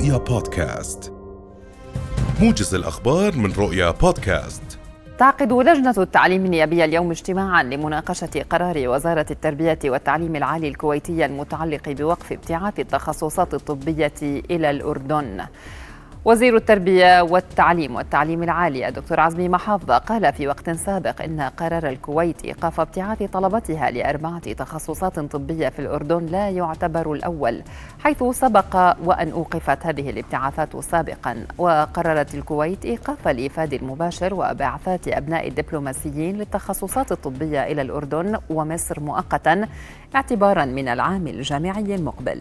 رؤيا بودكاست، موجز الأخبار من رؤيا بودكاست. تعقد لجنة التعليم النيابية اليوم اجتماعا لمناقشة قرار وزارة التربية والتعليم العالي الكويتية المتعلق بوقف ابتعاث التخصصات الطبية إلى الأردن. وزير التربية والتعليم العالي الدكتور عزمي محافظة قال في وقت سابق إن قرار الكويت إيقاف ابتعاث طلبتها ل4 تخصصات طبية في الأردن لا يعتبر الأول، حيث سبق وأن أوقفت هذه الابتعاثات سابقا. وقررت الكويت إيقاف الإفادة المباشر وبعثات أبناء الدبلوماسيين للتخصصات الطبية إلى الأردن ومصر مؤقتا اعتبارا من العام الجامعي المقبل.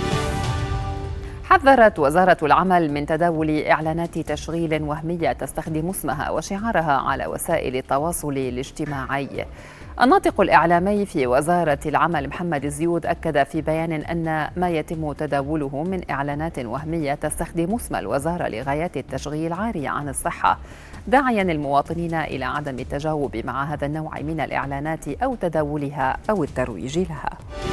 حذرت وزارة العمل من تداول إعلانات تشغيل وهمية تستخدم اسمها وشعارها على وسائل التواصل الاجتماعي. الناطق الإعلامي في وزارة العمل محمد الزيود أكد في بيان أن ما يتم تداوله من إعلانات وهمية تستخدم اسم الوزارة لغايات التشغيل عارية عن الصحة، داعيا المواطنين إلى عدم التجاوب مع هذا النوع من الإعلانات أو تداولها أو الترويج لها.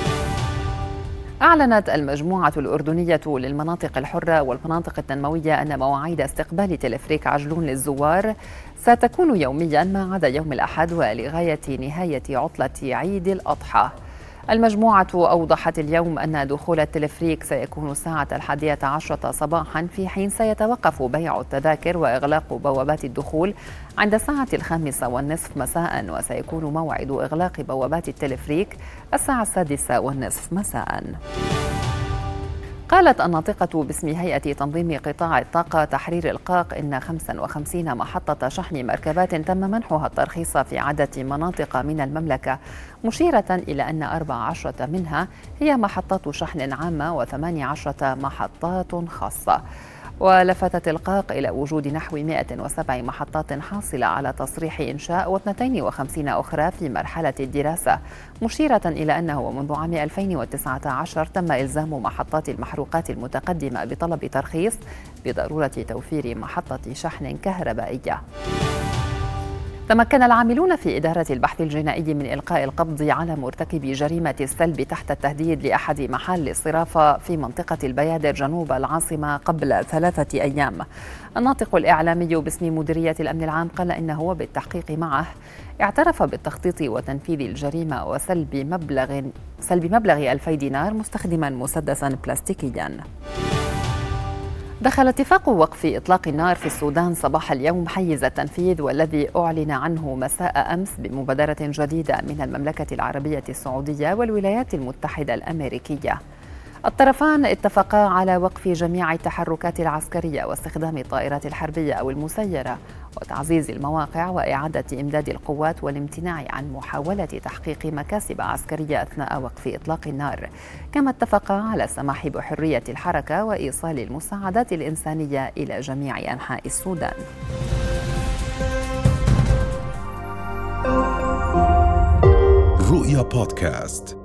أعلنت المجموعة الأردنية للمناطق الحرة والمناطق التنموية أن مواعيد استقبال تلفريك عجلون للزوار ستكون يوميا ما عدا يوم الأحد ولغاية نهاية عطلة عيد الأضحى. المجموعة أوضحت اليوم أن دخول التلفريك سيكون الساعة 11 صباحا، في حين سيتوقف بيع التذاكر وإغلاق بوابات الدخول عند الساعة 5:30 مساء، وسيكون موعد إغلاق بوابات التلفريك الساعة 6:30 مساء. قالت الناطقة باسم هيئة تنظيم قطاع الطاقة تحرير القاق إن 55 محطة شحن مركبات تم منحها الترخيص في عدة مناطق من المملكة، مشيرة إلى أن 14 منها هي محطات شحن عامة و18 محطات خاصة. ولفتت القاق إلى وجود نحو 107 محطات حاصلة على تصريح إنشاء و52 أخرى في مرحلة الدراسة، مشيرة إلى أنه منذ عام 2019 تم إلزام محطات المحروقات المتقدمة بطلب ترخيص بضرورة توفير محطة شحن كهربائية. تمكن العاملون في إدارة البحث الجنائي من إلقاء القبض على مرتكب جريمة السلب تحت التهديد لأحد محال الصرافة في منطقة البيادر جنوب العاصمة قبل 3 أيام. الناطق الإعلامي باسم مديرية الأمن العام قال إنه بالتحقيق معه اعترف بالتخطيط وتنفيذ الجريمة وسلب مبلغ 2000 دينار مستخدما مسدسا بلاستيكيا. دخل اتفاق وقف إطلاق النار في السودان صباح اليوم حيز التنفيذ، والذي أعلن عنه مساء أمس بمبادرة جديدة من المملكة العربية السعودية والولايات المتحدة الأمريكية. الطرفان اتفقا على وقف جميع التحركات العسكرية واستخدام الطائرات الحربية أو المسيرة وتعزيز المواقع وإعادة إمداد القوات والامتناع عن محاولة تحقيق مكاسب عسكرية أثناء وقف إطلاق النار. كما اتفقا على السماح بحرية الحركة وإيصال المساعدات الإنسانية إلى جميع أنحاء السودان. رؤيا بودكاست.